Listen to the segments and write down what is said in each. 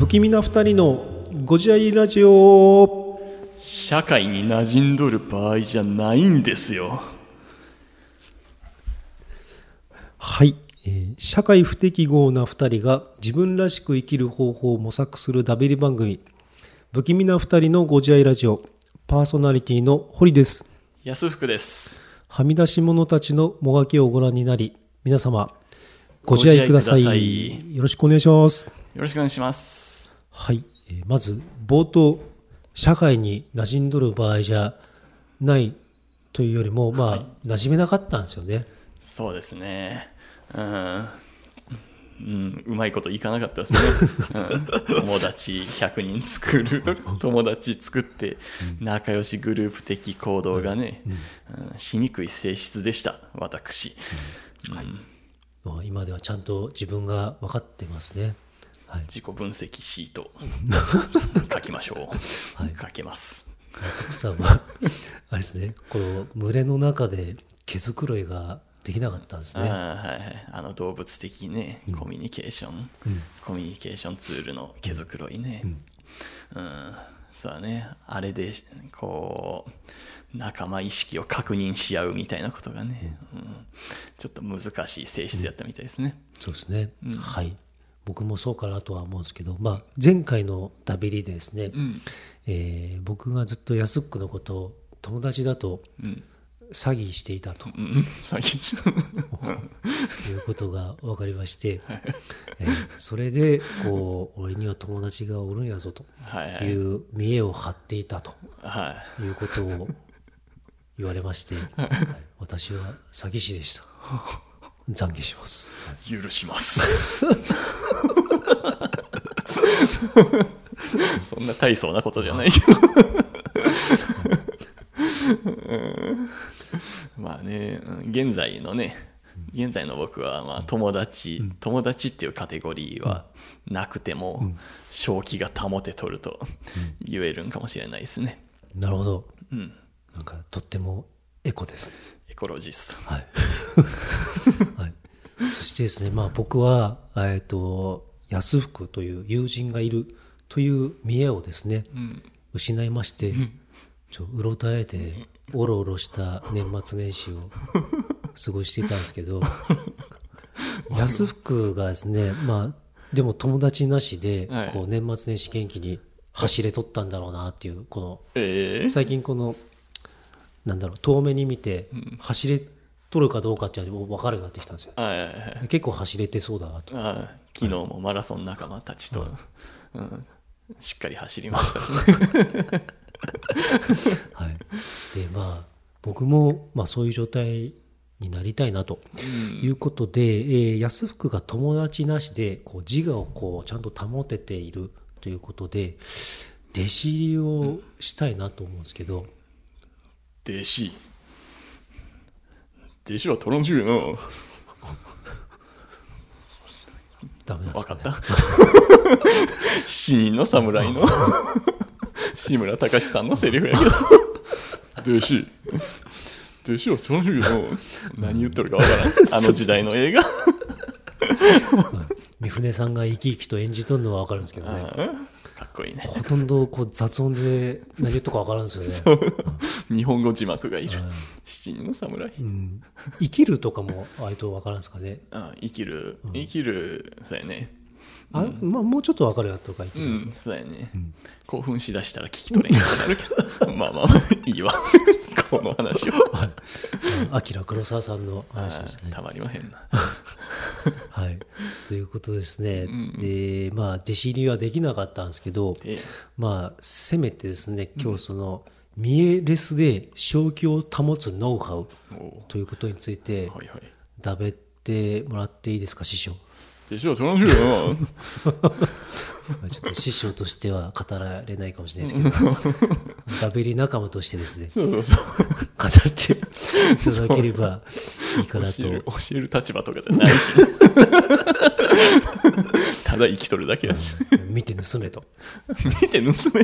気味な二人のご自愛ラジオ。 社会に馴染んどる場合じゃないんですよ。 はい、社会不適合な二人が自分らしく生きる方法を模索するダベリ番組、不気味な二人のご自愛ラジオ。パーソナリティの堀です。 安福です。 はみ出し者たちのもがきをご覧になり、皆様ご自愛ください。よろしくお願いします。 よろしくお願いします。 はい、まず冒頭、社会に馴染んどる場合じゃないというよりも、馴染めなかったんですよね。 そうですね。うまいこといかなかったですね。友達100人作る、友達作って仲良しグループ的行動がね、しにくい性質でした、私。 今ではちゃんと自分が分かってますね。はい、 自己分析シート書きましょう。はい、書けます。 安福さんはあれですね、この群れの中で毛づくろいができなかったんですね。 動物的ね、コミュニケーション、コミュニケーションツールの毛づくろいね。そうだね、あれでこう仲間意識を確認し合うみたいなことがね、ちょっと難しい性質やったみたいですね。 そうですね。はい。僕もそうかなとは思うんですけど、前回のダベリでですね、僕がずっと安福のことを友達だと詐欺していたと、 詐欺いうことが分かりまして、それでこう俺には友達がおるんやぞという見栄を張っていたということを言われまして、私は詐欺師でした。懺悔します。 許します。そんな大層なことじゃないけど。現在の僕は友達っていうカテゴリーはなくても正気が保てとると言えるんかもしれないですね。 なるほど。なんかとってもエコですね。 エコロジスト。 はい。はい。そしてですね、僕は安福という友人がいるという見栄をですね、失いまして、うろたえておろおろした年末年始を過ごしていたんですけど、安福がですね、でも友達なしでこう年末年始元気に走れとったんだろうなっていう、この最近この遠目に見て走れとるかどうかっていうのが分かるようになってきたんですよ。結構走れてそうだなと。 昨日もマラソン仲間たちと、しっかり走りましたね。 はい、で僕もそういう状態になりたいなということで、安福が友達なしでこう自我をこうちゃんと保てているということで弟子入りをしたいなと思うんですけど。 弟子は楽しいよな。 ダメなんですかね。 分かった。七人の侍の志村隆さんのセリフやけど、弟子は楽しいよな。何言っとるか分からん。あの時代の映画。 三船さんが生き生きと演じとるのは分かるんですけどね。 かっこいいね。 ほとんどこう雑音で何言っとか分からんですよね。 日本語字幕がいる。七人の侍。 生きるとかも割と分からんですかね。 生きる、そうやね。 もうちょっと分かるやとか言ってた。 そうやね。興奮しだしたら聞き取れんようになるけど、いいわ。この話は。 明黒沢さんの話でしたね。 たまりまへんな。 はい、ということですね。で弟子入りはできなかったんですけど、せめてですね、今日その見えレスで正気を保つノウハウということについてだべってもらっていいですか、師匠。 弟子は楽しいよな。 ちょっと師匠としては語られないかもしれないですけど、ダベリ仲間としてですね、語っていただければいいかなと。 教える立場とかじゃないし、ただ生きとるだけだし。 見て盗めと。 見て盗め。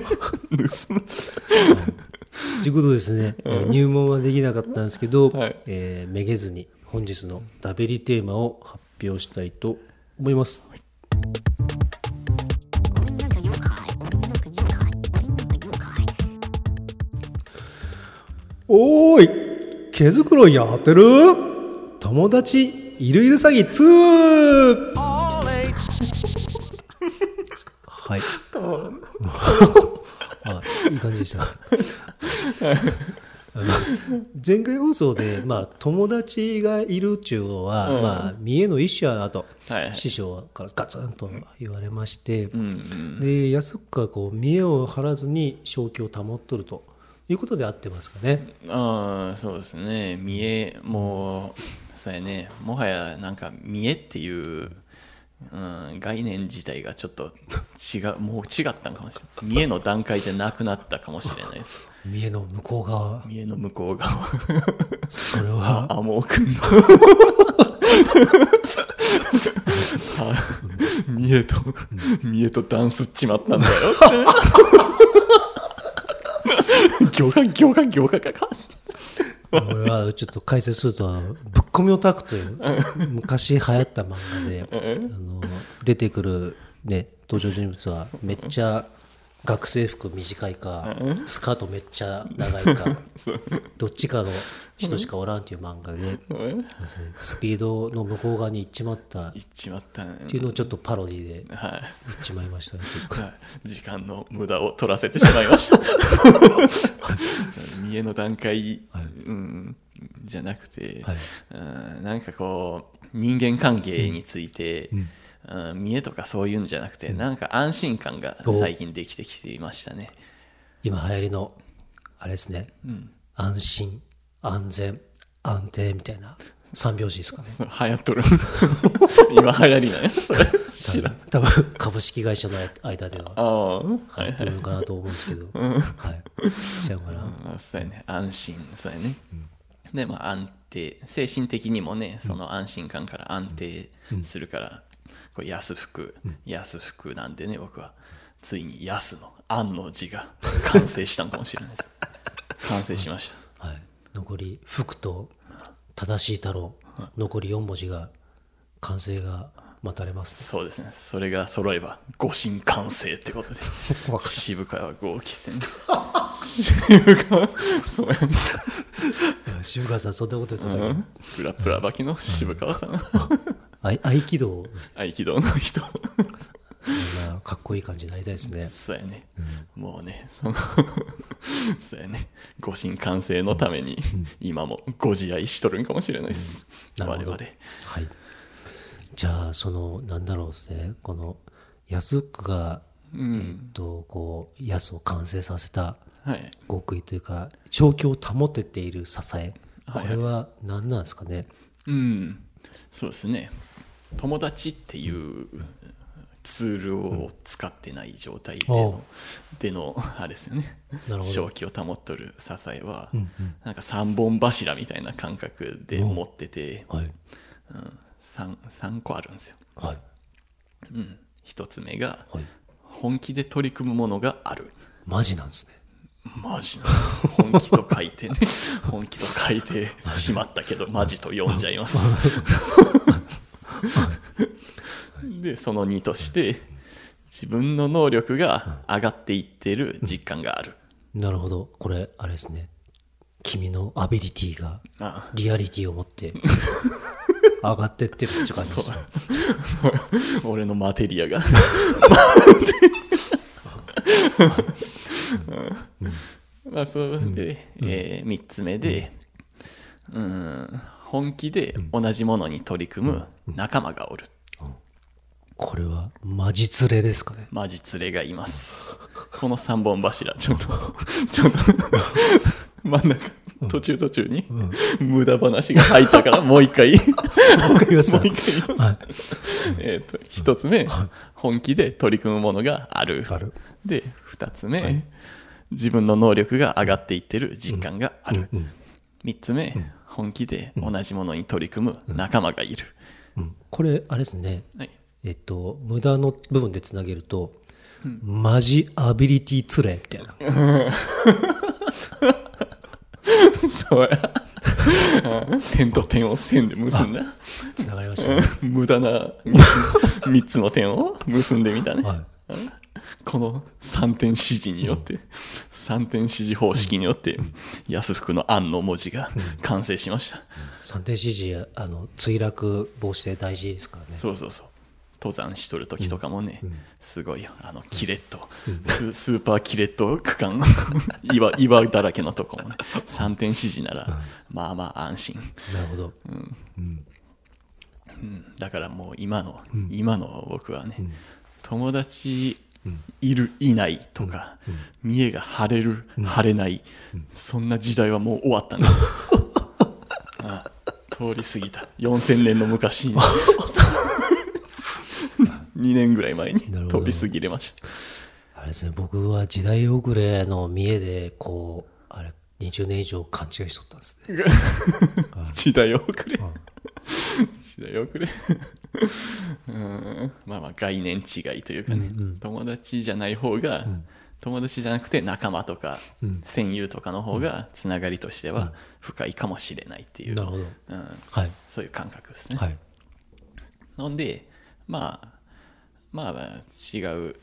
ということですね、入門はできなかったんですけど、めげずに本日のダベリテーマを発表したいと思います。 おーい、毛づくろいやってる？友達いるいる詐欺2。はい。あ、いい感じでした。前回放送で、友達がいるっていうのは、見栄の一種やなと、師匠からガツンと言われまして、で安くが見栄を張らずに正気を保っとるということで合ってますかね。 そうですね。見栄もそうやね。もはやなんか見栄っていう、概念自体がちょっともう違ったのかもしれない。見栄の段階じゃなくなったかもしれないです。 見栄の向こう側。 見栄の向こう側。 それはアモー君の見栄とダンスっちまったんだよって行がか俺はちょっと解説するとぶっ込みオタクという昔流行った漫画で出てくる、ね、登場人物はめっちゃ学生服短いかスカートめっちゃ長いかどっちかの人しかおらんっていう漫画でスピードの向こう側に行っちまったっていうのをちょっとパロディで言っちまいましたね。 時間の無駄を取らせてしまいました見栄の段階、じゃなくて、なんかこう人間関係について、見栄とかそういうんじゃなくて、なんか安心感が最近できてきていましたね。 今流行りのあれですね、安心安全安定みたいな三拍子ですかね。 流行っとる今流行りなんやそれ知らん。 多分株式会社の間では流行ってるのかなと思うんですけど、しちゃうかな。 そうやね、安心、そうやね、で安定、精神的にもね、その安心感から安定するから、これ安福なんでね、僕はついに安の安の字が完成したのかもしれないです完成しました、 残り福と正しい太郎、残り4文字が完成が待たれますね。 そうですね、それが揃えば五神完成ってことで渋川豪輝戦そうやね渋川さんそんなこと言ってたけど、 プラプラバキの渋川さん合気道の人かっこいい感じになりたいですね。 そうやね、もうねそうやね、五神完成のために今もご自愛しとるんかもしれないです、我々。 じゃあなんだろうですね、この安福が、こう安を完成させた極意というか正気を保てている支え、これは何なんですかね。 そうですね、友達っていうツールを使ってない状態でのあれですよね。正気を保っとる支えは、なんか3本柱みたいな感覚で持ってて、3個あるんですよ。1つ目が、本気で取り組むものがある。 マジなんですね。 マジなんです。本気と書いてね本気と書いてしまったけどマジと読んじゃいますでその2として自分の能力が上がっていってる実感がある。 なるほど、これあれですね、君のアビリティがリアリティを持って上がってってるって感じですね俺のマテリアがそうで、3つ目で、本気で同じものに取り組む仲間がおる。 これはマジ連れですかね。 マジ連れがいます。この3本柱ちょっと真ん中途中に無駄話が入ったからもう一回わかりました。 1つ目、本気で取り組むものがある。で2つ目、自分の能力が上がっていってる実感がある。3つ目、本気で同じものに取り組む仲間がいる。 これあれですね、無駄の部分でつなげると、マジアビリティ連れみたいなそうや点と点を線で結んだ。 つながりましたね無駄な3つの点を結んでみたね、この3点指示によって 3点指示方式によって安福の案の文字が完成しました。 3点指示墜落防止で大事ですからね。 そうそうそう、登山しとる時とかもね、すごいよキレット、スーパーキレット区間岩だらけのとこもね3点指示ならまあまあ安心。 なるほど、 だからもう今の僕はね、友達いるいないとか、見栄が晴れる、晴れない、そんな時代はもう終わったんです通り過ぎた4000年の昔に2年ぐらい前に通り過ぎれました。 あれですね、僕は時代遅れの見栄でこうあれ20年以上勘違いしとったんですね時代遅れ時代遅れまあまあ概念違いというかね、友達じゃない方が、友達じゃなくて仲間とか、戦友とかの方がつながりとしては深いかもしれないっていう、 なるほど、 そういう感覚ですね。 はい、 なんでまあ違う、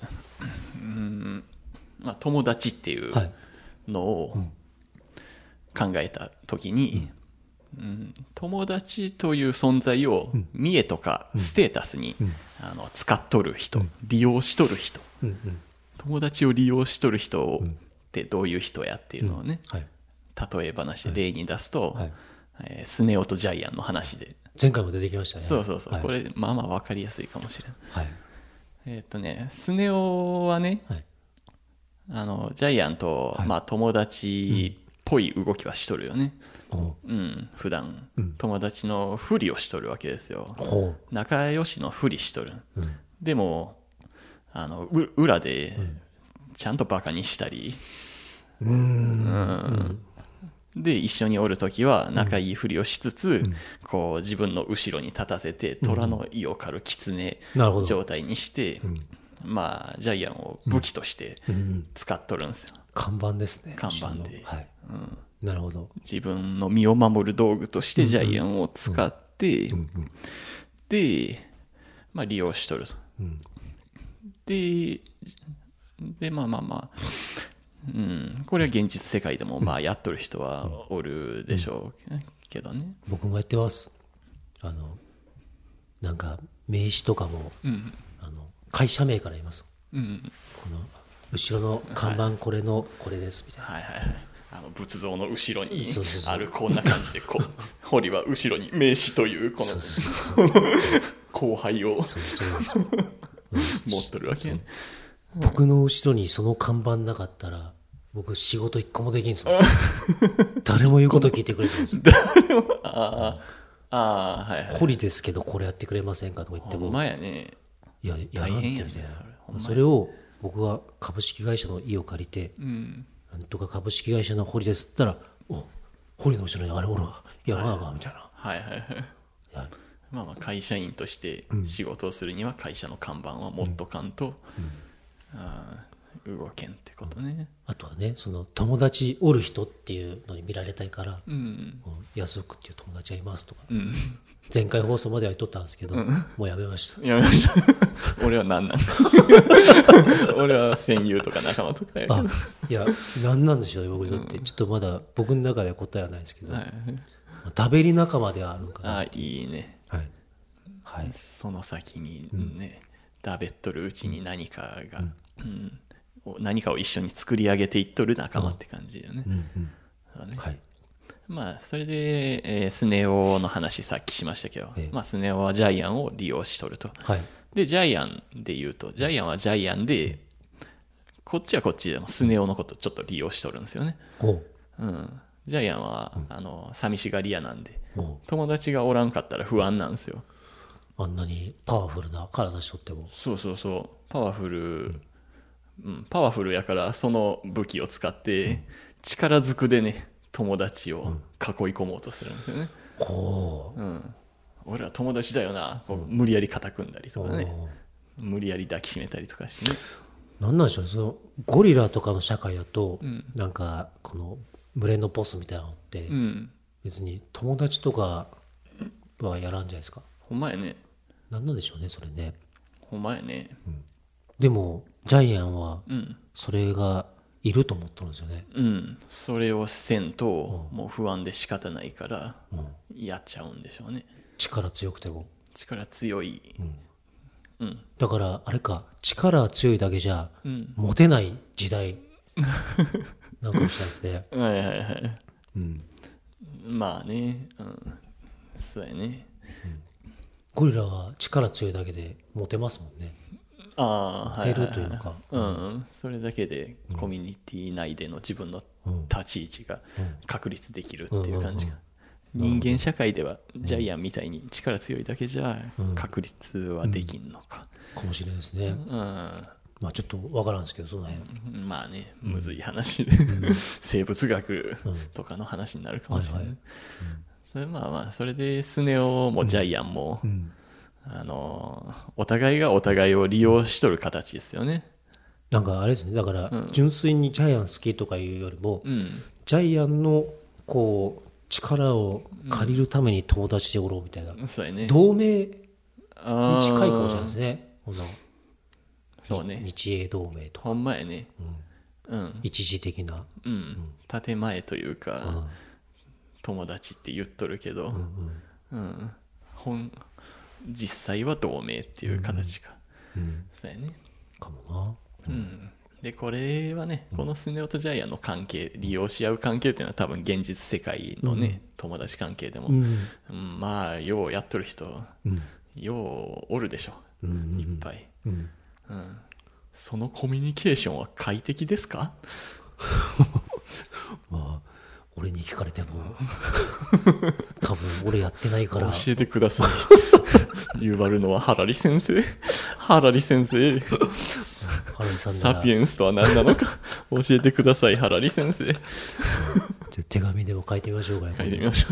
友達っていうのを考えた時に、友達という存在を見栄とかステータスに使っとる人、利用しとる人、友達を利用しとる人ってどういう人やっていうのをね、例え話で例に出すと、スネ夫とジャイアンの話で前回も出てきましたね。 そうそうそう、これまあまあ分かりやすいかもしれない。スネ夫はね、ジャイアンと、友達っぽい動きはしとるよね。普段、友達のふりをしとるわけですよ。仲良しのふりしとる。でも裏でちゃんとバカにしたり、で一緒におるときは仲いいふりをしつつ、こう自分の後ろに立たせて虎の意を狩る狐状態にして、まあジャイアンを武器として使っとるんですよ。 看板ですね。 看板で、 なるほど。 自分の身を守る道具としてジャイアンを使って、で、利用しとると。でまあこれは現実世界でもやっとる人はおるでしょうけどね。 僕もやってます。なんか名刺とかも、会社名から言います。この後ろの看板これのこれですみたいな。 仏像の後ろにあるこんな感じで堀は後ろに名刺というこの後輩を持っとるわけね。 僕の後ろにその看板なかったら僕仕事一個もできんすもん誰も言うこと聞いてくれないんですよ。堀ですけどこれやってくれませんかとか言っても、 ほんまやね、 いややらんってみたいな。それを僕は株式会社の意を借りて、なんとか株式会社の堀ですって言ったら、お堀の後ろにあれおるわ、やらなあかんみたいな。 会社員として仕事をするには会社の看板は持っとかんと動けんってことね。 あとはね、その友達おる人っていうのに見られたいから、安福っていう友達がいますとか、前回放送までは言っとったんですけど、もうやめました。 俺は何なんだ俺は戦友とか仲間とかやけど、 いや何なんでしょうね僕にとって、ちょっとまだ僕の中では答えはないですけど、食べり仲間ではあるのかな。 いいね、その先にね、だべっとるうちに何かが、何かを一緒に作り上げていっとる仲間って感じよね。それで、スネ夫の話さっきしましたけど、スネ夫はジャイアンを利用しとると。でジャイアンで言うと、ジャイアンはジャイアンでこっちはこっちでもスネ夫のことちょっと利用しとるんですよね。ジャイアンは、寂しがり屋なんで、友達がおらんかったら不安なんですよ。 あんなにパワフルな体しとっても。 そうパワフルやから、その武器を使って力ずくでね友達を囲い込もうとするんですよね。俺ら友達だよな、無理やり肩組んだりとかね、無理やり抱きしめたりとかしてね。 なんなんでしょう、そのゴリラとかの社会だと、なんかこの群れのボスみたいなのって、別に友達とかはやらんじゃないですか。 ほんまやね。 なんなんでしょうねそれね。 ほんまやね。 でもジャイアンはそれがいると思ってるんですよね。 それをせんともう不安で仕方ないからやっちゃうんでしょうね。 力強くても。 力強い、 だからあれか、力強いだけじゃモテない時代なんかもしれないですね。 はいはいはい、まあね、そうやね、 ゴリラは力強いだけでモテますもんね。 ああ、はいはいはい、 モテるというか、 それだけでコミュニティ内での自分の立ち位置が確立できるっていう感じが、人間社会ではジャイアンみたいに力強いだけじゃ確立はできんのか、 かもしれないですね。まあちょっと分からんですけど、その辺まあね、むずい話で、生物学とかの話になるかもしれない。それまあまあそれでスネ夫もジャイアンも、お互いがお互いを利用しとる形ですよね。 なんかあれですね、だから純粋にジャイアン好きとかいうよりも、ジャイアンのこう力を借りるために友達でおろうみたいな、 そうやね、 同盟に近いかもしれないですね。このそうね、 日英同盟とか、 ほんまやね、 一時的な、 建前というか、友達って言っとるけど、実際は同盟っていう形が、そうやねかもな。 でこれはね、このスネ夫とジャイアンの関係、利用し合う関係っていうのは多分現実世界のね、友達関係でも、まあようやっとる人、ようおるでしょ、いっぱい、そのコミュニケーションは快適ですか？ まあ俺に聞かれても多分俺やってないから教えてください。言わるのはハラリ先生。ハラリ先生、 ハラリさんならサピエンスとは何なのか教えてください、ハラリ先生。 じゃあ手紙でも書いてみましょうかね。 書いてみましょ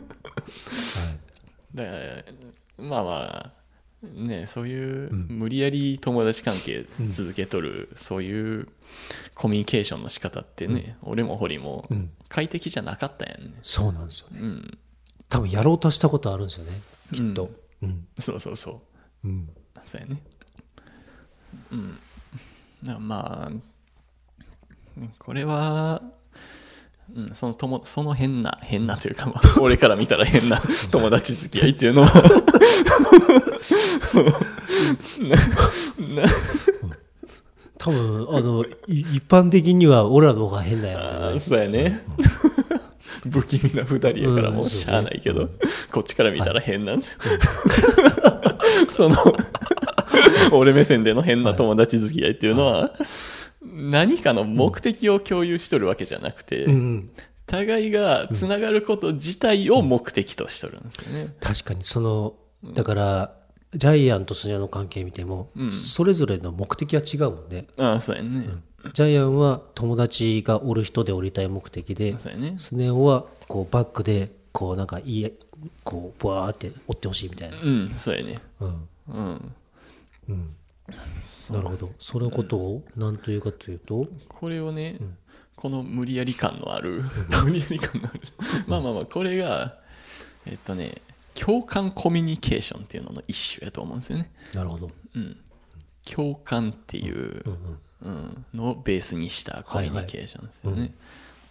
う。だからまあまあね、そういう無理やり友達関係続けとる、そういうコミュニケーションの仕方ってね、俺も堀も快適じゃなかったやんね。 そうなんですよね、多分やろうとしたことあるんですよね、きっと、 そうそうそう、そうやね。まあこれは、その変なというか、まあ、俺から見たら変な友達付き合いっていうのは多分一般的には俺らの方が変だよね。 そうやね、不気味な二人やからもうしゃあないけど、こっちから見たら変なんですよ、その俺目線での変な友達付き合いっていうのは、何かの目的を共有しとるわけじゃなくて、互いがつながること自体を目的としとるんですよね。 確かにだからジャイアンとスネ夫の関係見ても、それぞれの目的は違うもんね。 そうやね、 ジャイアンは友達がおる人でおりたい目的で、スネ夫はこうバックでこうなんかこうブワーって追ってほしいみたいな。 そうやね。 なるほど。そのことを何というかというと、 これをね、この無理やり感のある無理やり感のあるまあこれが共感コミュニケーションっていうのの一種やと思うんですよね。 なるほど。 共感っていうのをベースにしたコミュニケーションですよね。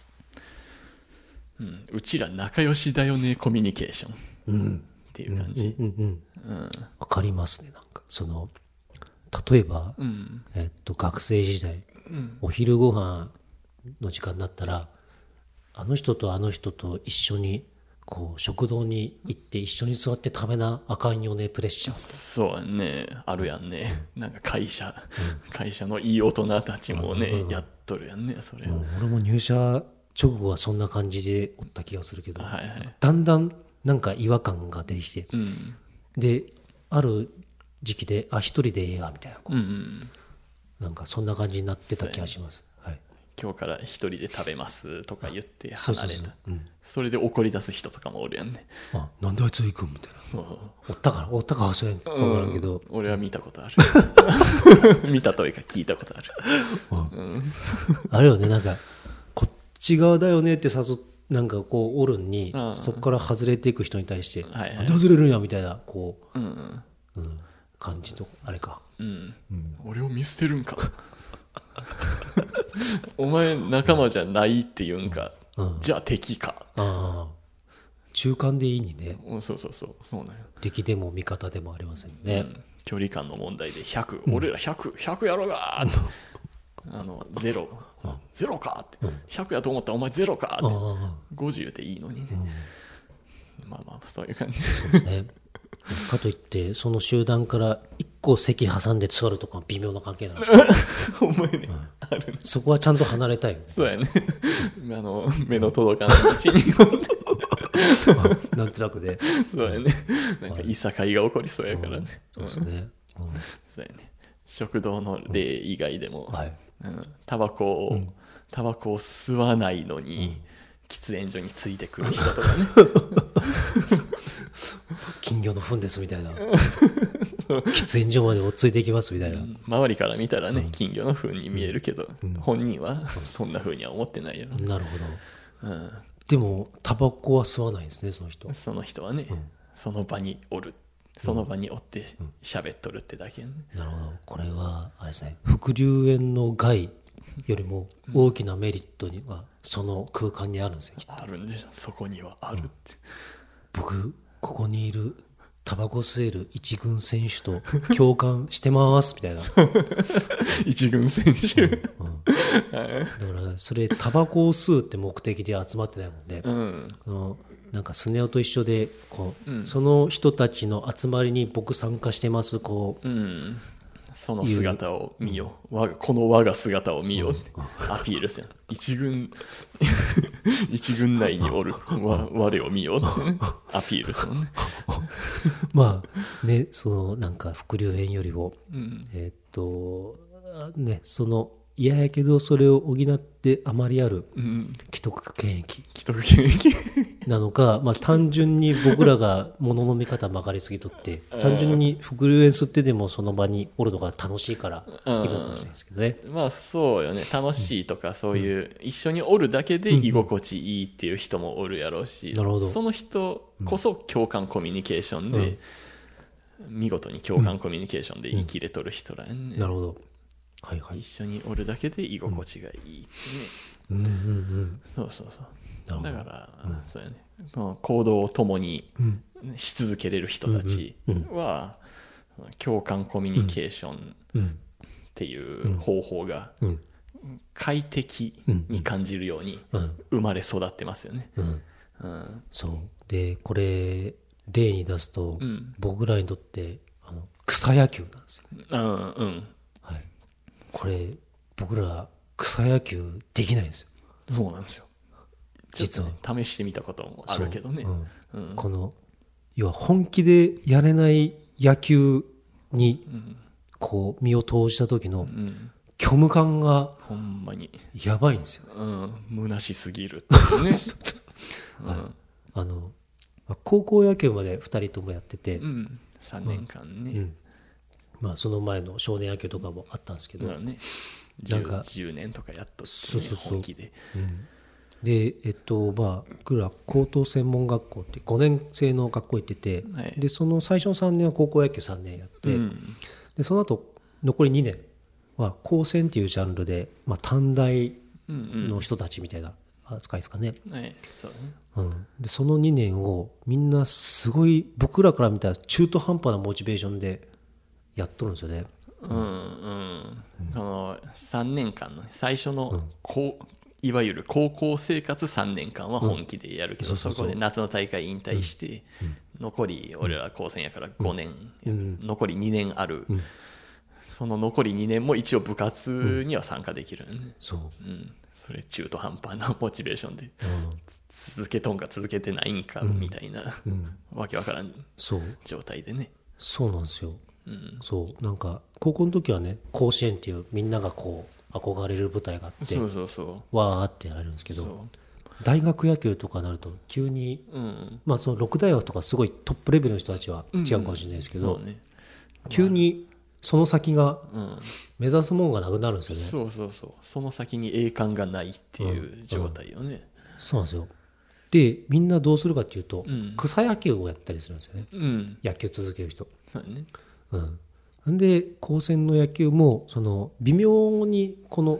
うちら仲良しだよねコミュニケーションっていう感じ。 わかりますね。なんか例えば、学生時代、お昼ご飯の時間になったら、あの人とあの人と一緒にこう食堂に行って一緒に座って食べなあかんよねプレッシャー。 そうやね、あるやんね。なんか会社のいい大人たちもね、やっとるやんね、それ。 俺も入社直後はそんな感じでおった気がするけど、だんだんなんか違和感が出てきて、である時期で一人でええわみたいな、なんかそんな感じになってた気がします。 今日から一人で食べますとか言って離れた。それで怒り出す人とかもおるやんね。 なんであいつ行くんみたいな。おったかはそうやん分からんけど、 俺は見たことある。見たというか聞いたことある。 あれよね、なんかこっち側だよねってなんかこうおるんに、そこから外れていく人に対して、なんで外れるんやみたいなこう、感じとあれか。 俺を見捨てるんか。 お前仲間じゃないって言うんか、じゃあ敵か。 ああ、中間でいいにね。 そうなんよ。 敵でも味方でもありませんね。 距離感の問題で100、俺ら100やろがーってゼロかって、100やと思ったらお前ゼロかって50でいいのにね、まあそういう感じですね。かといってその集団から1個席挟んで座るとか微妙な関係なんですよ。 お前ね、あるね。 そこはちゃんと離れたいよね。 そうやね。目の届かない道になんとなくで、 そうやね。なんかいさかいが起こりそうやからね。 そうですね。 そうやね。食堂の例以外でも、 はい。 タバコを吸わないのに、喫煙所についてくる人とかね。 金魚の糞ですみたいな。喫煙所まで追っついていきますみたいな。 周りから見たらね、金魚の糞に見えるけど、本人はそんな風には思ってないよ。 なるほど。でもタバコは吸わないんですね、その人。 その人はね、その場におる。その場におって喋っとるってだけね。 なるほど。これはあれですね、副流煙の害よりも大きなメリットにはその空間にあるんですよ。 あるんでしょ、そこにはあるって。 僕ここにいるタバコ吸える一軍選手と共感してますみたいな。 一軍選手、 だからそれタバコを吸うって目的で集まってないもんね。なんかスネ夫と一緒でその人たちの集まりに僕参加してますその姿を見よう、この我が姿を見ようってアピールする。一軍内におる我を見ようってアピールするね。 まあね、そのなんか副流煙よりも、ね、その嫌やけどそれを補ってあまりある既得権益なのか、単純に僕らが物の見方曲がりすぎとって単純に副流煙吸ってでもその場におるのが楽しいからいいのかもしれないですけどね。 まあそうよね、楽しいとかそういう一緒におるだけで居心地いいっていう人もおるやろうし、その人こそ共感コミュニケーションで見事に共感コミュニケーションで生きれとる人らやんね。 なるほど。はいはい、 一緒におるだけで居心地がいいってね。そうだから、そうやね、行動を共にし続けれる人たちは共感コミュニケーションっていう方法が快適に感じるように生まれ育ってますよね。 そうで、これ例に出すと、僕らにとって草野球なんですよ。これ僕ら草野球できないんですよ。 そうなんですよ。実は試してみたこともあるけどね。 この要は本気でやれない野球にこう身を投じた時の虚無感がほんまにやばいんですよ。 虚しすぎるっていうね。 高校野球まで2人ともやってて、 3年間ね。 その前の少年野球とかもあったんですけど、なんか 10年とかやっとって本気で。 で僕ら高等専門学校って5年生の学校行ってて、でその最初の3年は高校野球3年やって、でその後残り2年は高専っていうジャンルで、短大の人たちみたいな扱いですかね。でその2年をみんなすごい僕らから見たら中途半端なモチベーションでやっとるんですよね。 3年間の最初のいわゆる高校生活3年間は本気でやるけど、そこで夏の大会引退して、残り俺ら高専やから5年、残り2年ある、その残り2年も一応部活には参加できるね。それ中途半端なモチベーションで、続けとんか続けてないんかみたいな、わけわからん状態でね。 そうなんですよ。そうなんか高校の時はね、甲子園っていうみんながこう憧れる舞台があってわーってやられるんですけど、大学野球とかになると急に、その6大学とかすごいトップレベルの人たちは違うかもしれないですけど、急にその先が目指すもんがなくなるんですよね。 その先に栄冠がないっていう状態よね。 そうなんですよ。でみんなどうするかっていうと、草野球をやったりするんですよね、野球続ける人。で高専の野球もその微妙にこの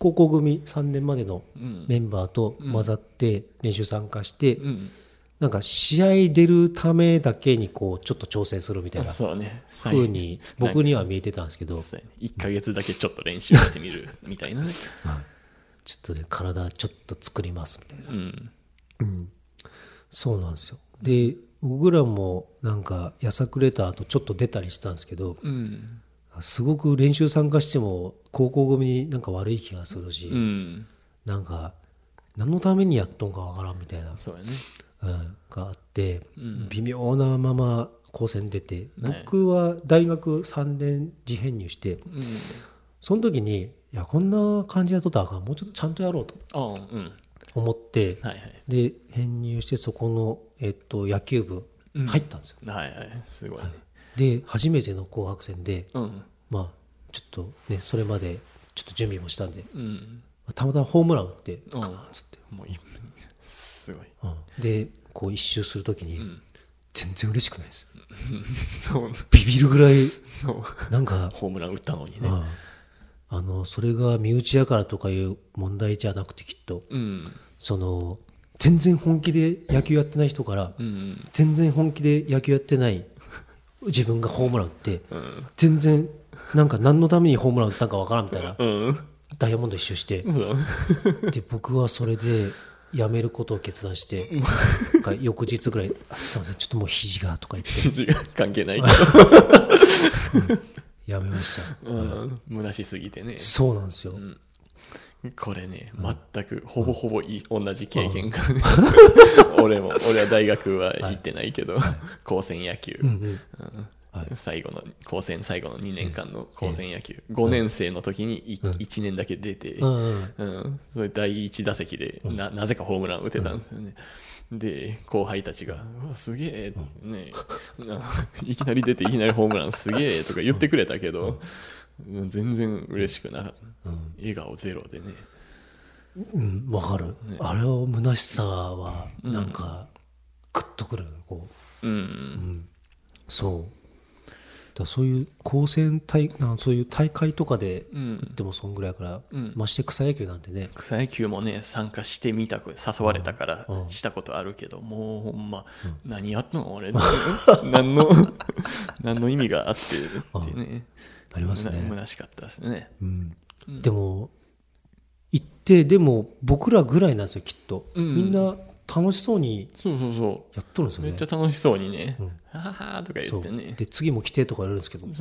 高校組3年までのメンバーと混ざって練習参加して、なんか試合出るためだけにこうちょっと調整するみたいな風に僕には見えてたんですけど、 1ヶ月だけちょっと練習してみるみたいなねちょっとね体ちょっと作りますみたいな、そうなんですよ。で僕らもなんかやさくれた後ちょっと出たりしたんですけど、すごく練習参加しても高校組になんか悪い気がするし、なんか何のためにやっとんかわからんみたいな、 そうやね、 があって、微妙なまま高専出て、僕は大学3年次編入して、その時にいやこんな感じやっとったらあかん、もうちょっとちゃんとやろうと思って、で編入してそこの、野球部入ったんですよ。 すごいね。 で初めての紅白戦で、まあちょっとねそれまでちょっと準備もしたんで、たまたまホームラン打ってカーンっつって、 もうすごい、 でこう一周するときに、全然嬉しくないです。ビビるぐらいなんかホームラン打ったのにね、 それが身内やからとかいう問題じゃなくて、きっと、その全然本気で野球やってない人から、全然本気で野球やってない自分がホームラン打って、全然なんか何のためにホームラン打ったんかわからんみたいな、ダイヤモンド一周して、で僕はそれで辞めることを決断して、翌日ぐらい「すいませんちょっともう肘が」とか言って肘が関係ないけどやめました。 虚しすぎてね。 そうなんですよ、 これね、全くほぼほぼ同じ経験がね俺は大学は行ってないけど、高専野球、最後の高専最後の2年間の高専野球、5年生の時に1年だけ出て、それ第1打席でなぜかホームラン打てたんですよね。で後輩たちが「すげえ、ね、いきなり出ていきなりホームランすげえ」とか言ってくれたけど、全然嬉しくなかった、笑顔ゼロでね。 わかる、あれの虚しさはなんかグッとくる、こう、そうだ、そういう高専そういう大会とかででもそんぐらいから、まして草野球なんてね、 草野球もね参加してみたく誘われたからしたことあるけど、もうほんま何やっとん俺何の意味があってってね、 ありますね。 虚しかったですね。 でも行ってでも僕らぐらいなんですよきっと、みんな楽しそうにやっとるんですよね。 めっちゃ楽しそうにね、はははとか言ってね、 で次も来てとか言われるんですけど、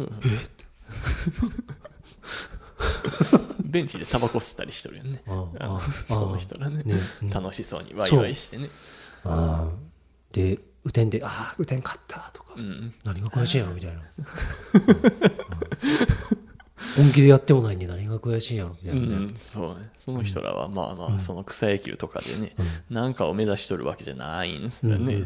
ベンチでタバコ吸ったりしとるよね、その人らね、楽しそうにワイワイしてね。 で雨天で雨天勝ったとか、何が悔しいんやろみたいな、本気でやってもないんで何が悔しいんやろみたいなね。 そうね、その人らはまあまあその草野球とかでね、なんかを目指しとるわけじゃないんですよね。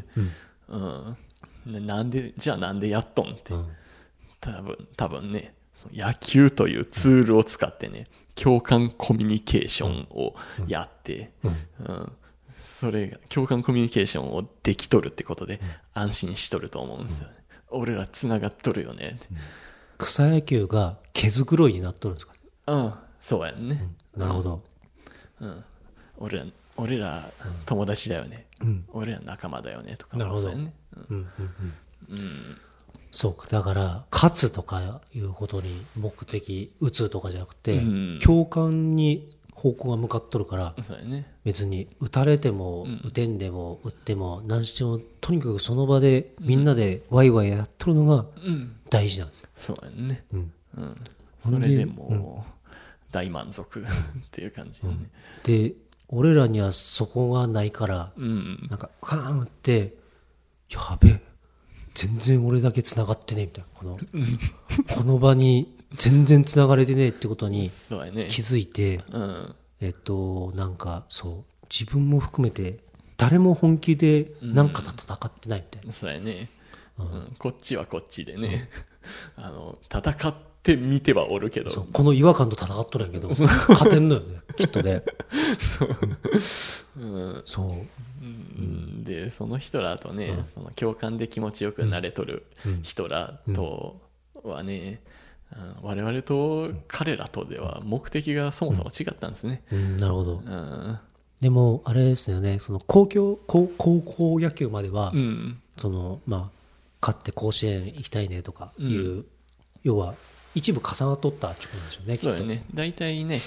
なんでやっとんって、多分ね、その野球というツールを使ってね、共感コミュニケーションをやって、それが共感コミュニケーションをできとるってことで安心しとると思うんですよね。俺らつながっとるよねって。 草野球が毛づくろいになっとるんですか？ そうやんね。 なるほど。 俺ら友達だよね、俺ら仲間だよねとか。 なるほど。そうか、だから勝つとかいうことに目的打つとかじゃなくて、共感に方向が向かっとるから、別に打たれても打てんでも打っても何してもとにかくその場でみんなでワイワイやっとるのが大事なんですよ。 そうやね。それでも大満足っていう感じで、俺らにはそこがないから、なんかカーンってやべえ全然俺だけ繋がってねみたいな、この場に全然繋がれてねってことに気づいて、なんかそう自分も含めて誰も本気でなんかと戦ってないみたいな。 そうやね。こっちはこっちでね、戦ってみてはおるけど、 この違和感と戦っとるんやけど勝てんのよねきっとね。 でその人らとね、その共感で気持ちよくなれとる人らとはね、 我々と彼らとでは目的がそもそも違ったんですね。 なるほど。でもあれですよね、その高校野球までは、そのまあ勝って甲子園行きたいねとかいう、要は一部重なっとったってことなんでしょうね。 そうよね。大体ね、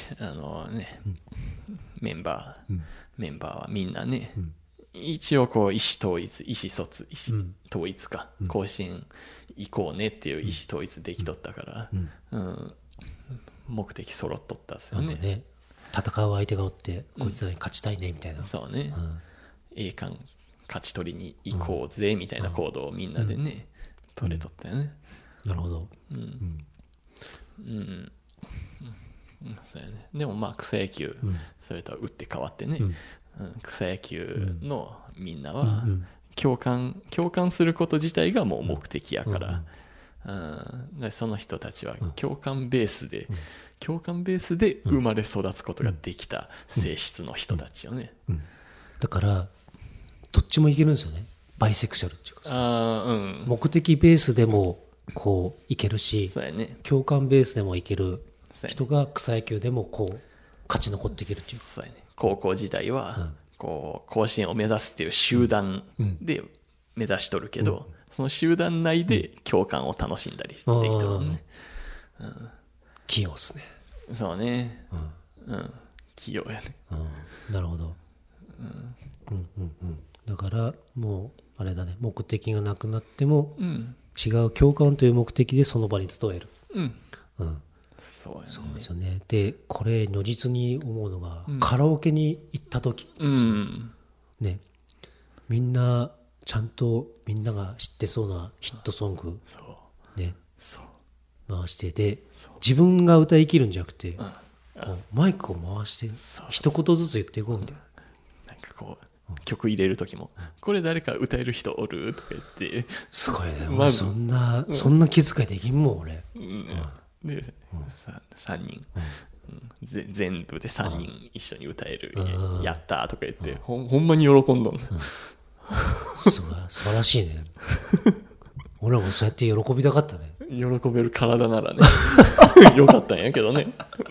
メンバーはみんなね、一応こう意思統一か、甲子園行こうねっていう意思統一できとったから、目的揃っとったっすよね。 戦う相手がおってこいつらに勝ちたいねみたいな、 そうね、栄冠勝ち取りに行こうぜみたいな行動をみんなでね、取れとったよね。 なるほど。 そうやね。でもまあ草野球、それとは打って変わってね、草野球のみんなは共感すること自体がもう目的やから、その人たちは共感ベースで生まれ育つことができた性質の人たちよね。 だからどっちもいけるんですよね。バイセクシャルっていうかさ、目的ベースでもこういけるし、 そうやね、 共感ベースでもいける人が草野球でもこう勝ち残っていけるっていう。 そうやね、高校時代はこう甲子園を目指すっていう集団で目指しとるけど、その集団内で共感を楽しんだりできとるね。 器用っすね。 そうね、器用やね。 なるほど。だからもうあれだね、目的がなくなっても違う共感という目的でその場に集える。 そうですよね。でこれ如実に思うのが、カラオケに行った時ね、みんなちゃんとみんなが知ってそうなヒットソングね回してで、自分が歌い切るんじゃなくて、マイクを回して一言ずつ言っていこうみたいな。 なんかこう曲入れる時もこれ誰か歌える人おるとか言って、 すごいね。まずそんな気遣いできんもん俺。 で3人、全部で3人一緒に歌える、やったとか言って、ほんまに喜んだんです。 素晴らしいね。俺らもそうやって喜びたかったね。 喜べる体ならねよかったんやけどね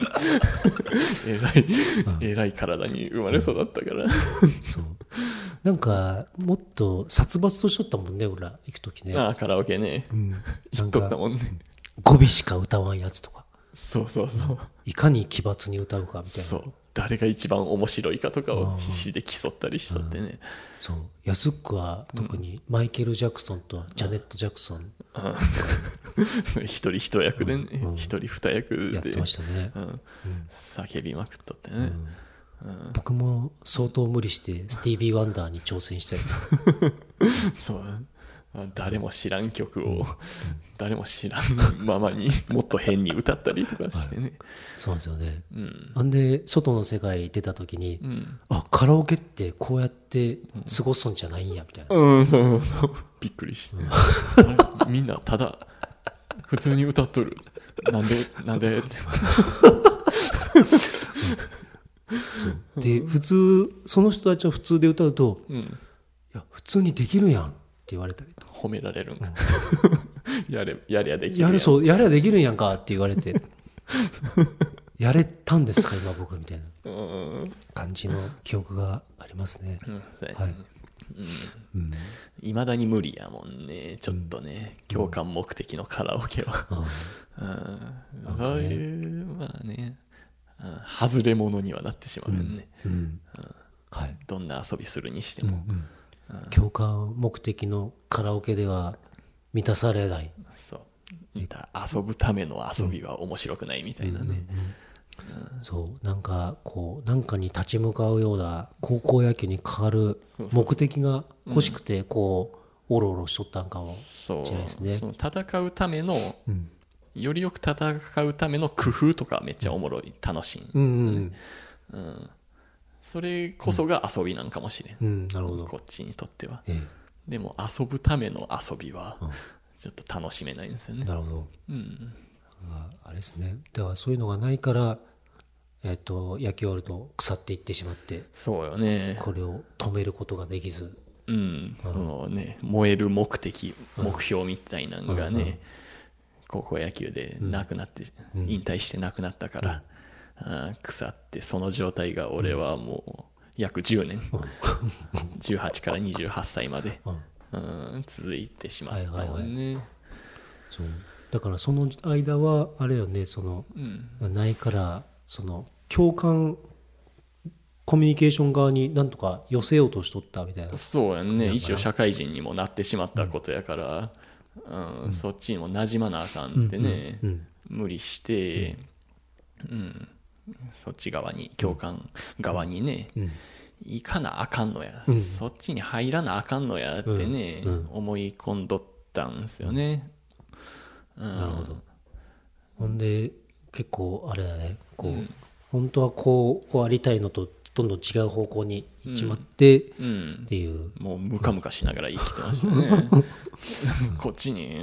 えらい体に生まれ育ったからそうなんかもっと殺伐としとったもんね、俺ら行く時ね。 カラオケね、行っとったもんね。 語尾しか歌わんやつとか、 そういかに奇抜に歌うかみたいな。 そう誰が一番面白いかとかを必死で競ったりしとってね。 そう安くは特にマイケル・ジャクソンとジャネット・ジャクソン一人一役でね、一人二役でやってましたね。 叫びまくっとってね。 僕も相当無理してスティービー・ワンダーに挑戦したりそう誰も知らん曲を誰も知らんままにもっと変に歌ったりとかしてね。 そうですよね。なんで外の世界出た時に、カラオケってこうやって過ごすんじゃないんやみたいな。 そうびっくりしてみんなただ普通に歌っとる、なんでってそうで普通その人たちは普通で歌うと、いや普通にできるやんって言われたり、 褒められるんか、やりゃできるやん、 やりゃできるんやんかって言われてやれたんですか今僕みたいな感じの記憶がありますね。 いまだに無理やもんね、ちょっとね、共感目的のカラオケは。そういうまあね、外れ者にはなってしまうよね。どんな遊びするにしても、 共感目的のカラオケでは満たされない。 そう遊ぶための遊びは面白くないみたいなね。 そうなんかこうなんかに立ち向かうような高校野球に変わる目的が欲しくてこうおろおろしとったんかもしれないですね。 その戦うための、よりよく戦うための工夫とかめっちゃおもろい、楽しい、それこそが遊びなんかもしれん、 なるほど。 こっちにとっては、でも遊ぶための遊びはちょっと楽しめないんですよね。 なるほど、あれですね。だからそういうのがないから野球終わると腐っていってしまって、 そうよね、 これを止めることができず、 そのね、燃える目的、目標みたいなのがね、 高校野球で亡くなって、引退して亡くなったから、腐ってその状態が俺はもう約10年、18から28歳まで、続いてしまったもんね。 そうだからその間はあれよね、その、ないからその共感コミュニケーション側になんとか寄せようとしとったみたいな。 そうやんね。一応社会人にもなってしまったことやから、そっちにも馴染まなあかんってね、無理して、そっち側に共感側にね、行かなあかんのや、そっちに入らなあかんのやってね、思い込んどったんですよね。 なるほど。ほんで結構あれだね、こう、本当はこうありたいのとどんどん違う方向に行っちまって、っていう、 もうムカムカしながら生きてましたね。こっちに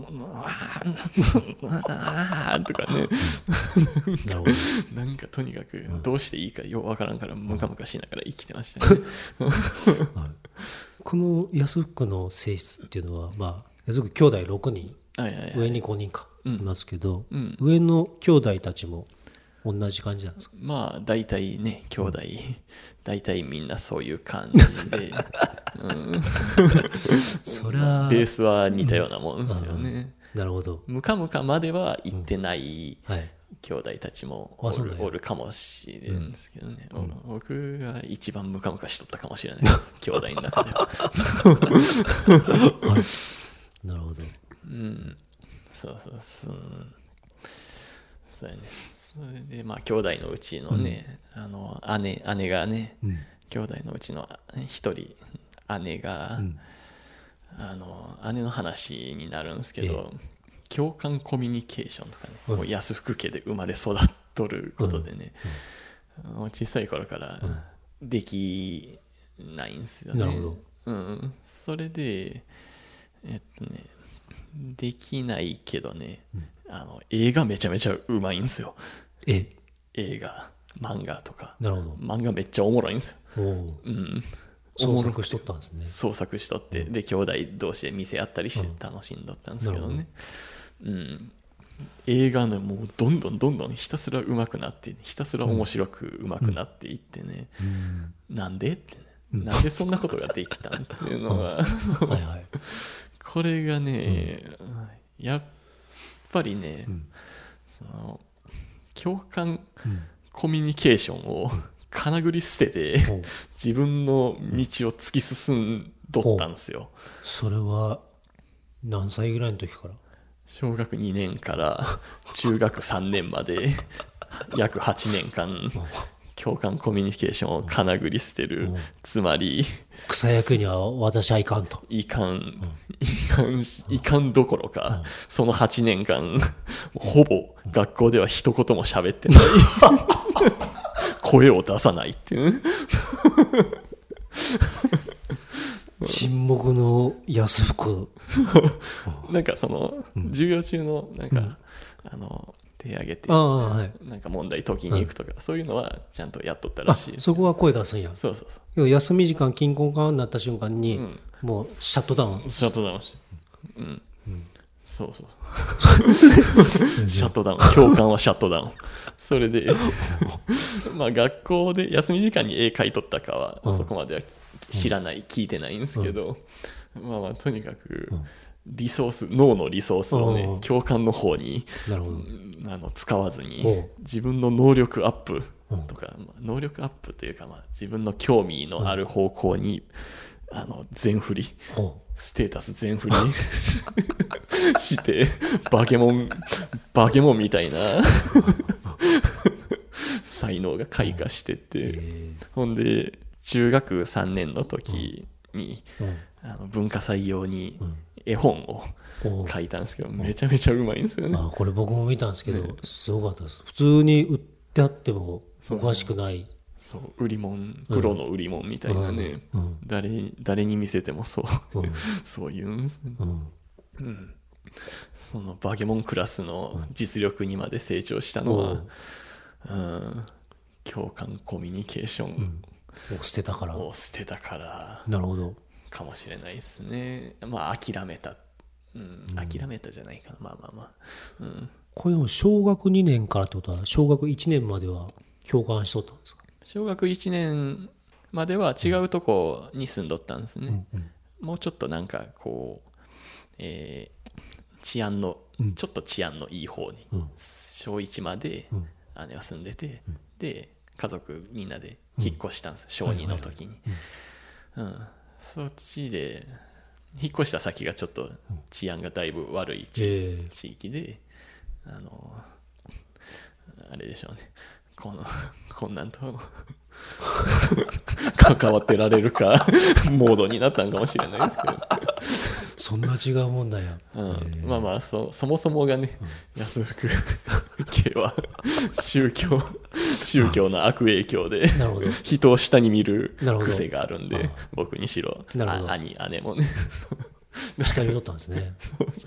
あとかね、 なるほど。 なんかとにかくどうしていいかよくわからんからムカムカしながら生きてましたね。 この安福の性質っていうのは、まあ安福兄弟6人、上に5人かいますけど、上の兄弟たちも同じ感じなんですか？ まあ大体ね、兄弟大体みんなそういう感じで、 そりゃベースは似たようなもんですよね。 なるほど。 ムカムカまでは行ってない兄弟たちもおるかもしれんですけどね、僕が一番ムカムカしとったかもしれない兄弟の中では。 なるほど。 そうやね。それでまあ兄弟のうちのね、姉がね、兄弟のうちの一人姉が、姉の話になるんですけど、共感コミュニケーションとかね、もう安福家で生まれ育っとることでね、小さい頃からできないんですよね。 なるほど。 それでできないけどね、映画めちゃめちゃうまいんですよ。映画漫画とか。 なるほど。 漫画めっちゃおもろいんですよ。 創作しとったんですね。 創作しとって、で兄弟同士で見せ合ったりして楽しんどったんですけどね。映画のもうどんどんひたすら上手くなって、ひたすら面白く上手くなっていってね、なんでってね、なんでそんなことができたんっていうのはこれがね、やっぱりね、その共感コミュニケーションをかなぐり捨てて自分の道を突き進んどったんですよ。 それは何歳ぐらいの時から？ 小学2年から中学3年まで約8年間共感コミュニケーションをかなぐり捨てる。つまり草野球には私はいかんと。 いかんどころか、その8年間ほぼ学校では一言も喋ってない声を出さないっていう、 沈黙の安福なんかその授業中のなんか、手挙げてなんか問題解きに行くとか、そういうのはちゃんとやっとったらしい。 そこは声出すんや。 そう休み時間金婚化になった瞬間に、もうシャットダウンしてそうシャットダウン、共感はシャットダウン。それでまあ学校で休み時間に絵描いとったかはそこまでは知らない、聞いてないんですけど、まあとにかく脳のリソースをね、共感の方に使わずに、自分の能力アップとか、能力アップというか、自分の興味のある方向に全振り、ステータス全振りしてバケモンみたいな才能が開花してて、ほんで中学3年の時に文化祭用に絵本を書いたんですけど、めちゃめちゃうまいんですよね。 これ僕も見たんですけど、すごかったです。普通に売ってあってもおかしくない。 売り物、プロの売り物みたいなね、誰に見せてもそういうんですね。そのバケモンクラスの実力にまで成長したのは、共感コミュニケーションを捨てたからなるほどかもしれないですね。諦めた諦めたじゃないかな、まあまあまあ、 これも小学2年からってことは小学1年までは共感しとったんですか？ 小学1年までは違うとこに住んどったんですね、もうちょっとなんかこう、治安の、ちょっと治安のいい方に、小1まで姉は住んでて、で家族みんなで引っ越したんです、小2の時に、そっちで引っ越した先がちょっと治安がだいぶ悪い地域で、あれでしょうね、こんなんと関わってられるかモードになったんかもしれないですけどそんな違うもんだよ、 まあまあそもそもがね、安福家は宗教の悪影響で人を下に見る癖があるんで、僕にしろ姉もね下に見とったんですね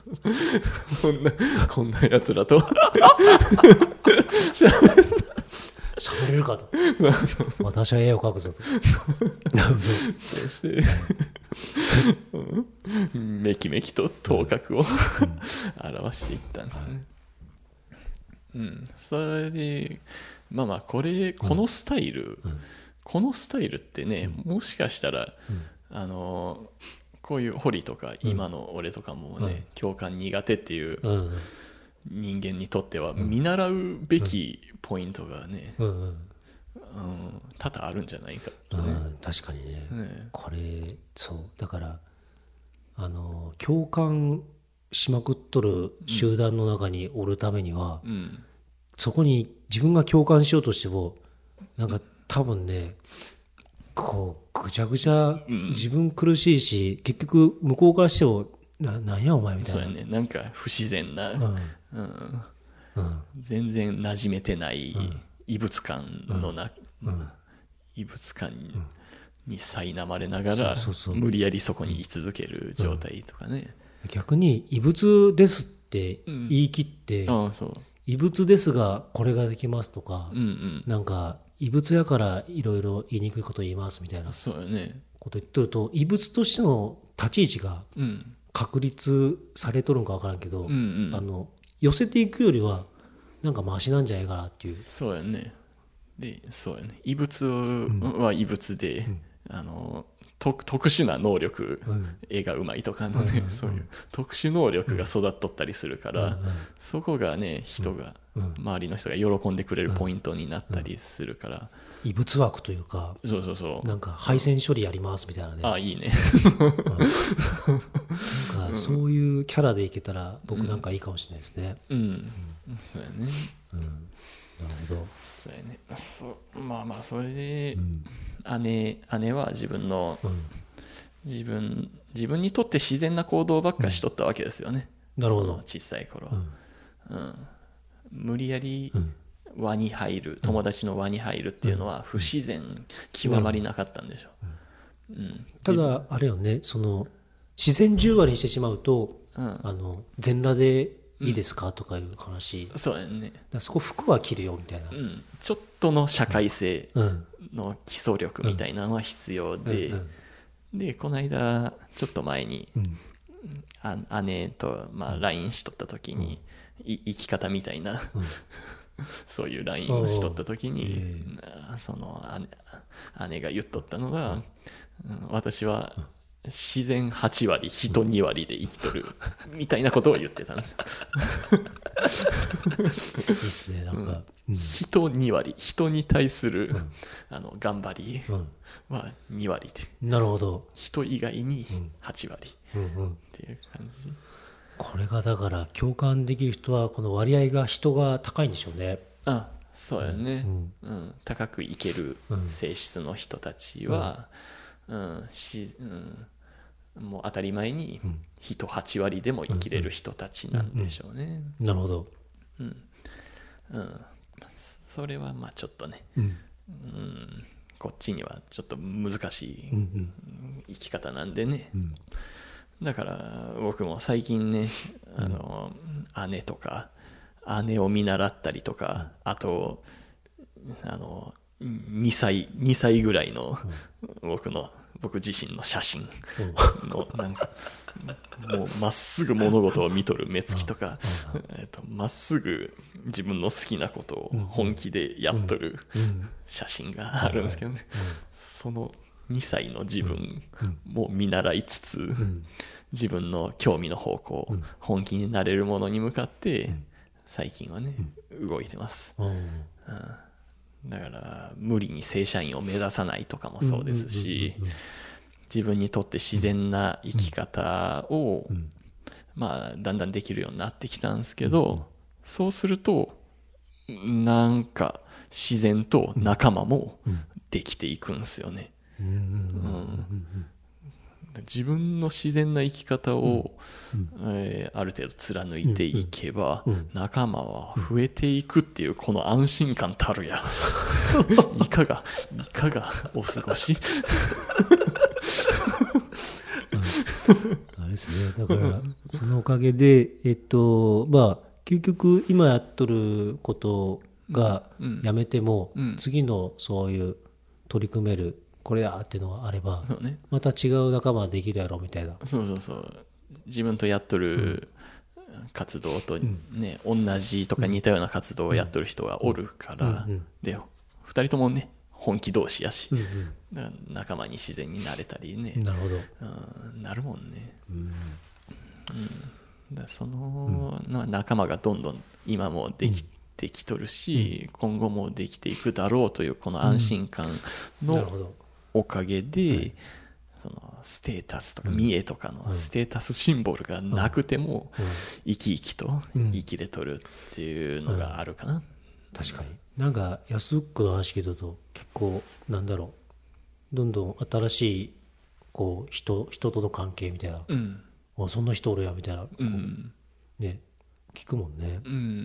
こんなやつらと喋れるかと私は絵を描くぞとそしてめきめきと頭角を表していったんですね、それでまあまあこのスタイル、ってね、もしかしたら、こういう堀とか今の俺とかもね、共感苦手っていう人間にとっては見習うべきポイントがね、多々あるんじゃないかとね、 確かに ねこれそうだから共感しまくっとる集団の中におるためには、そこに自分が共感しようとしてもなんか多分ねこうぐちゃぐちゃ自分苦しいし、結局向こうからしてもなんやお前みたいな、 そうやね、なんか不自然な、全然馴染めてない異物感の異物感に苛まれながら無理やりそこに居続ける状態とかね、 逆に異物ですって言い切って、異物ですがこれができますとか、なんか異物やからいろいろ言いにくいこと言いますみたいなこと言っとると、異物としての立ち位置が確立されとるんか分からんけど、寄せていくよりはなんかマシなんじゃないかなっていう。 そうやね。で、そうやね。異物は異物で、特殊な能力、絵がうまいとかのね、そういう特殊能力が育っとったりするから、そこがね、周りの人が喜んでくれるポイントになったりするから、 異物枠というか、なんか配線処理やりますみたいなね。 あ、いいね。 なんかそういうキャラでいけたら僕なんかいいかもしれないですね。 そうやね。 なるほど。 そうやね。まあまあそれで、姉は自分にとって自然な行動ばっかしとったわけですよね。 なるほど。 小さい頃、無理やり輪に入る、友達の輪に入るっていうのは不自然極まりなかったんでしょう。 ただあれよね、その自然10割にしてしまうと、全裸でいいですかとかいう話。 そうやね。 そこ服は着るよみたいな。 ちょっとの社会性の基礎力みたいなのは必要で、でこの間ちょっと前に、姉とLINE しとった時に、生き方みたいな、そういう LINE をしとった時に、その姉が言っとったのが、私は自然8割人2割で生きとるみたいなことを言ってたんですいいっすね、なんか、 人2割、人に対する、頑張りは2割で、 なるほど、 人以外に8割っていう感じ。 これがだから共感できる人はこの割合が人が高いんでしょうね。 そうやね、高くいける性質の人たちは、もう当たり前に人8割でも生きれる人たちなんでしょうね。 なるほど。 それはまあちょっとね、こっちにはちょっと難しい生き方なんでね。だから僕も最近ね、姉とか姉を見習ったりとか、あと2歳ぐらいの僕自身の写真のなんかもうまっすぐ物事を見とる目つきとかまっすぐ自分の好きなことを本気でやっとる写真があるんですけどね、その2歳の自分も見習いつつ、自分の興味の方向、本気になれるものに向かって最近はね、動いてます。だから無理に正社員を目指さないとかもそうですし、自分にとって自然な生き方をまあだんだんできるようになってきたんですけど、そうするとなんか自然と仲間もできていくんですよね。自分の自然な生き方を、ある程度貫いていけば、仲間は増えていくっていうこの安心感たるやいかがお過ごしあれですね、だからそのおかげでまあ究極今やっとることがやめても、次のそういう取り組めるこれやっていうのがあれば、また違う仲間ができるやろみたいな。 自分とやっとる活動とね、同じとか似たような活動をやっとる人がおるから、で2人ともね本気同士やし、だから仲間に自然になれたりね、 なるほど、 なるもんね。だその、仲間がどんどん今もできてきとるし、今後もできていくだろうというこの安心感のおかげで、そのステータスとか見栄とかのステータスシンボルがなくても生き生きと生きれとるっていうのがあるかな。 確かになんか安っ子の話聞いたと結構なんだろう、どんどん新しいこう人との関係みたいな、そんな人おるやみたいなね聞くもんね。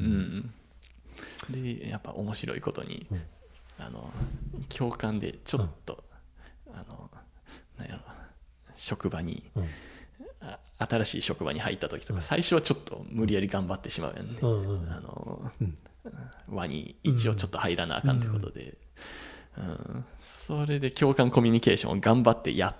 でやっぱ面白いことに、共感でちょっと、なんやろ職場に、新しい職場に入った時とか、最初はちょっと無理やり頑張ってしまうよね。輪に一応ちょっと入らなあかんってことで、それで共感コミュニケーションを頑張ってやった、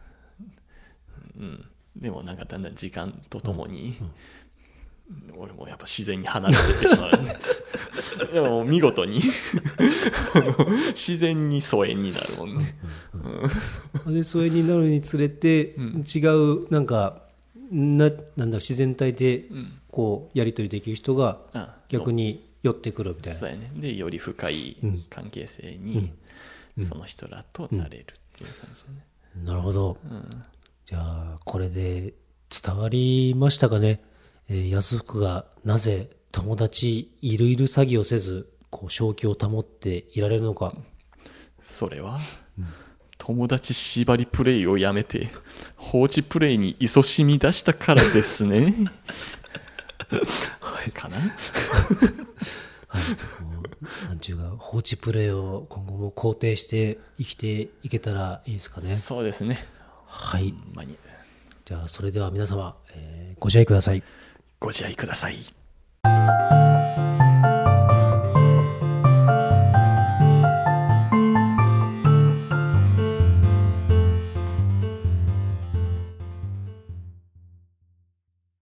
でもなんかだんだん時間とともに、俺もやっぱ自然に離れていってしまう、ね、でも見事に自然に疎遠になるもんね。 で疎遠になるにつれて、違うなんかなんだろう自然体でこうやり取りできる人が逆に寄ってくるみたいな。 そうやね。でより深い関係性にその人らとなれるっていう感じだね。 なるほど、じゃあこれで伝わりましたかね。安福がなぜ友達いる詐欺をせずこう正気を保っていられるのか。 それは、友達縛りプレイをやめて放置プレイに勤しみ出したからですねかななんちゅうか放置プレイを今後も肯定して生きていけたらいいですかね。 そうですね。 はい、じゃあそれでは皆様、ご自愛ください。 ご自愛ください。